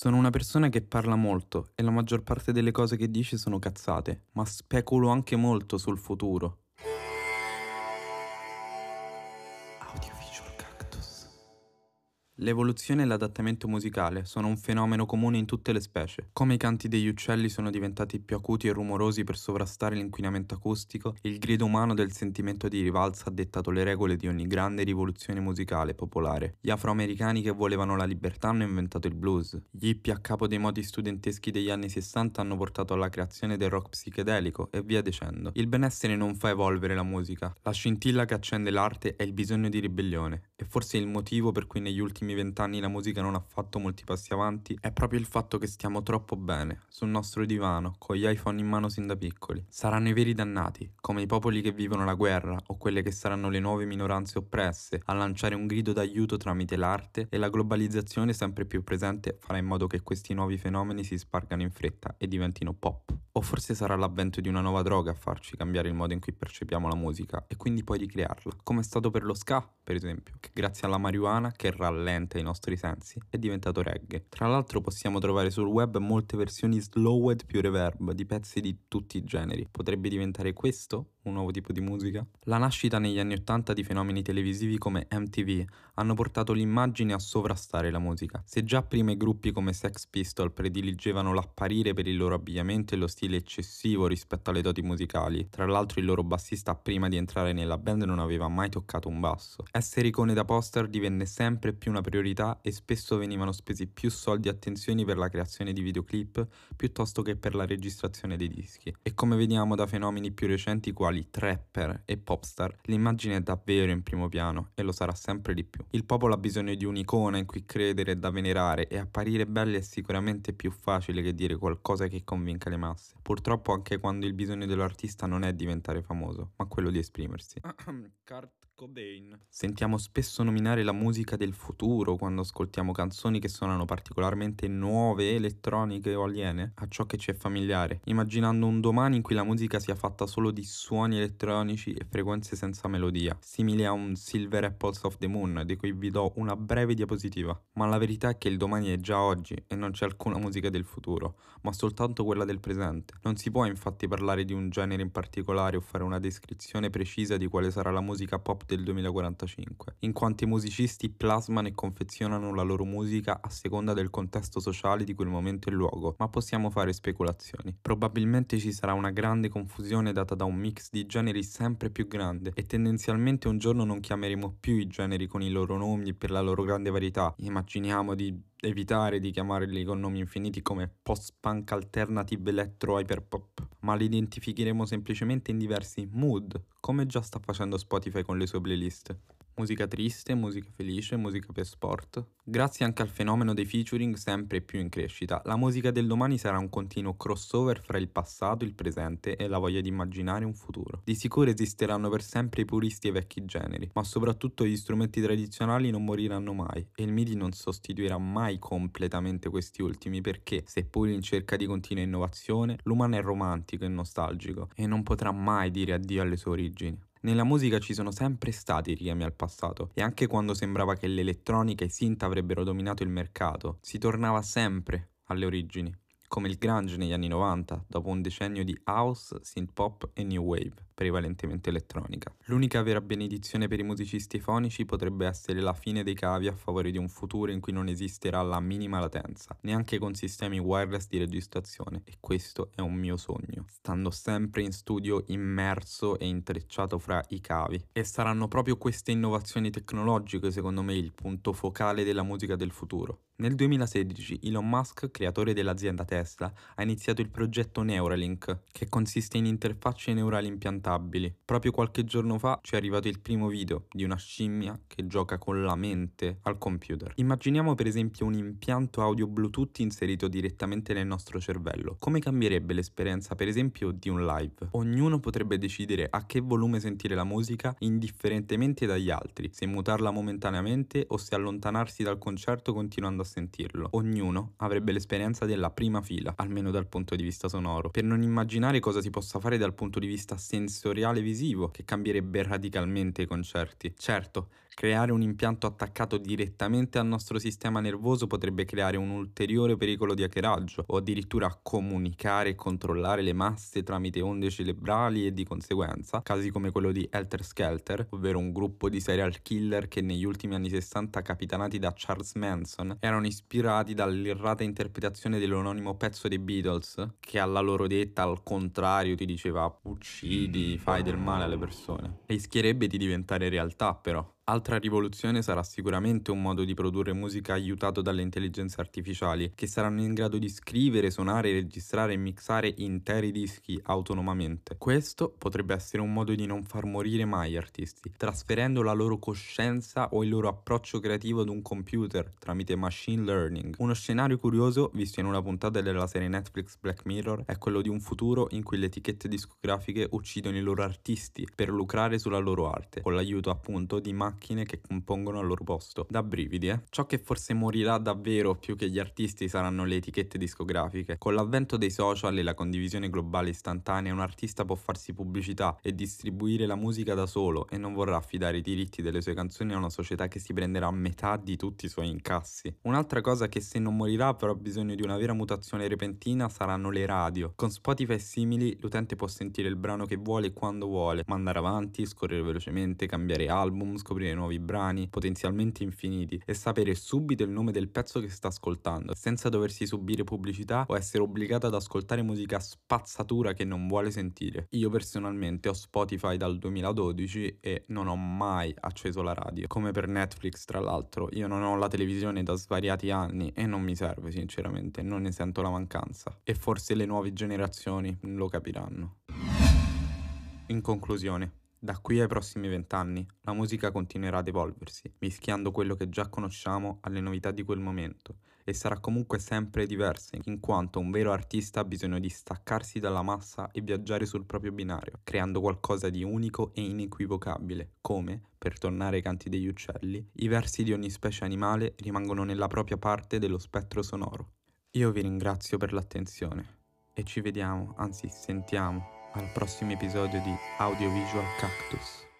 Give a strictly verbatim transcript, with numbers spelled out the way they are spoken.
Sono una persona che parla molto e la maggior parte delle cose che dice sono cazzate, ma speculo anche molto sul futuro. Audiovisual Cactus. L'evoluzione e l'adattamento musicale sono un fenomeno comune in tutte le specie. Come i canti degli uccelli sono diventati più acuti e rumorosi per sovrastare l'inquinamento acustico, il grido umano del sentimento di rivalsa ha dettato le regole di ogni grande rivoluzione musicale popolare. Gli afroamericani che volevano la libertà hanno inventato il blues. Gli hippie a capo dei modi studenteschi degli anni sessanta hanno portato alla creazione del rock psichedelico e via dicendo. Il benessere non fa evolvere la musica. La scintilla che accende l'arte è il bisogno di ribellione. E forse il motivo per cui negli ultimi vent'anni la musica non ha fatto molti passi avanti è proprio il fatto che stiamo troppo bene, sul nostro divano, con gli iPhone in mano sin da piccoli. Saranno i veri dannati, come i popoli che vivono la guerra o quelle che saranno le nuove minoranze oppresse, a lanciare un grido d'aiuto tramite l'arte, e la globalizzazione sempre più presente farà in modo che questi nuovi fenomeni si spargano in fretta e diventino pop. O forse sarà l'avvento di una nuova droga a farci cambiare il modo in cui percepiamo la musica e quindi poi ricrearla, come è stato per lo ska, per esempio, che grazie alla marijuana, che rallenta i nostri sensi, è diventato reggae. Tra l'altro possiamo trovare sul web molte versioni slowed più reverb di pezzi di tutti i generi. Potrebbe diventare questo un nuovo tipo di musica? La nascita negli anni ottanta di fenomeni televisivi come M T V hanno portato l'immagine a sovrastare la musica. Se già prima i gruppi come Sex Pistol prediligevano l'apparire per il loro abbigliamento e lo stile eccessivo rispetto alle doti musicali, tra l'altro il loro bassista prima di entrare nella band non aveva mai toccato un basso. Essere icone da poster divenne sempre più una priorità e spesso venivano spesi più soldi e attenzioni per la creazione di videoclip piuttosto che per la registrazione dei dischi. E come vediamo da fenomeni più recenti quali trapper e popstar, l'immagine è davvero in primo piano e lo sarà sempre di più. Il popolo ha bisogno di un'icona in cui credere e da venerare, e apparire belli è sicuramente più facile che dire qualcosa che convinca le masse. Purtroppo anche quando il bisogno dell'artista non è diventare famoso, ma quello di esprimersi. Kurt Cobain. Sentiamo spesso nominare la musica del futuro quando ascoltiamo canzoni che suonano particolarmente nuove, elettroniche o aliene a ciò che ci è familiare, immaginando un domani in cui la musica sia fatta solo di suoni elettronici e frequenze senza melodia, simile a un Silver Apples of the Moon, di cui vi do una breve diapositiva. Ma la verità è che il domani è già oggi e non c'è alcuna musica del futuro, ma soltanto quella del presente. Non si può infatti parlare di un genere in particolare o fare una descrizione precisa di quale sarà la musica pop del duemilaquarantacinque, in quanto i musicisti plasmano e confezionano la loro musica a seconda del contesto sociale di quel momento e luogo, ma possiamo fare speculazioni. Probabilmente ci sarà una grande confusione data da un mix di generi sempre più grande e tendenzialmente un giorno non chiameremo più i generi con i loro nomi per la loro grande varietà. Immaginiamo di evitare di chiamarli con nomi infiniti come post-punk, alternative, electro, hyperpop, ma li identificheremo semplicemente in diversi mood, come già sta facendo Spotify con le sue playlist. Musica triste, musica felice, musica per sport. Grazie anche al fenomeno dei featuring sempre più in crescita, la musica del domani sarà un continuo crossover fra il passato, il presente e la voglia di immaginare un futuro. Di sicuro esisteranno per sempre i puristi e i vecchi generi, ma soprattutto gli strumenti tradizionali non moriranno mai e il MIDI non sostituirà mai completamente questi ultimi, perché, seppur in cerca di continua innovazione, l'umano è romantico e nostalgico e non potrà mai dire addio alle sue origini. Nella musica ci sono sempre stati richiami al passato, e anche quando sembrava che l'elettronica e i synth avrebbero dominato il mercato, si tornava sempre alle origini, come il grunge negli anni novanta, dopo un decennio di house, synth pop e new wave, prevalentemente elettronica. L'unica vera benedizione per i musicisti fonici potrebbe essere la fine dei cavi a favore di un futuro in cui non esisterà la minima latenza, neanche con sistemi wireless di registrazione, e questo è un mio sogno, stando sempre in studio immerso e intrecciato fra i cavi. E saranno proprio queste innovazioni tecnologiche, secondo me, il punto focale della musica del futuro. Nel duemilasedici Elon Musk, creatore dell'azienda Tesla, ha iniziato il progetto Neuralink, che consiste in interfacce neurali impiantabili. Proprio qualche giorno fa ci è arrivato il primo video di una scimmia che gioca con la mente al computer. Immaginiamo per esempio un impianto audio Bluetooth inserito direttamente nel nostro cervello. Come cambierebbe l'esperienza per esempio di un live? Ognuno potrebbe decidere a che volume sentire la musica indifferentemente dagli altri, se mutarla momentaneamente o se allontanarsi dal concerto continuando a sentirlo. Ognuno avrebbe l'esperienza della prima fila, almeno dal punto di vista sonoro, per non immaginare cosa si possa fare dal punto di vista sensoriale visivo, che cambierebbe radicalmente i concerti. Certo, creare un impianto attaccato direttamente al nostro sistema nervoso potrebbe creare un ulteriore pericolo di hackeraggio, o addirittura comunicare e controllare le masse tramite onde cerebrali e di conseguenza, casi come quello di Helter Skelter, ovvero un gruppo di serial killer che negli ultimi anni sessanta, capitanati da Charles Manson, erano ispirati dall'errata interpretazione dell'anonimo pezzo dei Beatles, che alla loro detta al contrario ti diceva uccidi, fai del male alle persone. Rischierebbe di diventare realtà però. Altra rivoluzione sarà sicuramente un modo di produrre musica aiutato dalle intelligenze artificiali, che saranno in grado di scrivere, suonare, registrare e mixare interi dischi autonomamente. Questo potrebbe essere un modo di non far morire mai gli artisti, trasferendo la loro coscienza o il loro approccio creativo ad un computer tramite machine learning. Uno scenario curioso, visto in una puntata della serie Netflix Black Mirror, è quello di un futuro in cui le etichette discografiche uccidono i loro artisti per lucrare sulla loro arte, con l'aiuto appunto di macchine che compongono al loro posto. Da brividi, eh? Ciò che forse morirà davvero più che gli artisti saranno le etichette discografiche. Con l'avvento dei social e la condivisione globale istantanea, un artista può farsi pubblicità e distribuire la musica da solo e non vorrà affidare i diritti delle sue canzoni a una società che si prenderà metà di tutti i suoi incassi. Un'altra cosa che se non morirà però ha bisogno di una vera mutazione repentina saranno le radio. Con Spotify e simili l'utente può sentire il brano che vuole e quando vuole, mandare avanti, scorrere velocemente, cambiare album, scoprire nuovi brani, potenzialmente infiniti, e sapere subito il nome del pezzo che sta ascoltando, senza doversi subire pubblicità o essere obbligato ad ascoltare musica spazzatura che non vuole sentire. Io personalmente ho Spotify dal duemiladodici e non ho mai acceso la radio. Come per Netflix, tra l'altro, io non ho la televisione da svariati anni e non mi serve sinceramente, non ne sento la mancanza. E forse le nuove generazioni lo capiranno. In conclusione, da qui ai prossimi vent'anni, la musica continuerà ad evolversi, mischiando quello che già conosciamo alle novità di quel momento, e sarà comunque sempre diversa, in quanto un vero artista ha bisogno di staccarsi dalla massa e viaggiare sul proprio binario, creando qualcosa di unico e inequivocabile, come, per tornare ai canti degli uccelli, i versi di ogni specie animale rimangono nella propria parte dello spettro sonoro. Io vi ringrazio per l'attenzione, e ci vediamo, anzi sentiamo, al prossimo episodio di Audiovisual Cactus.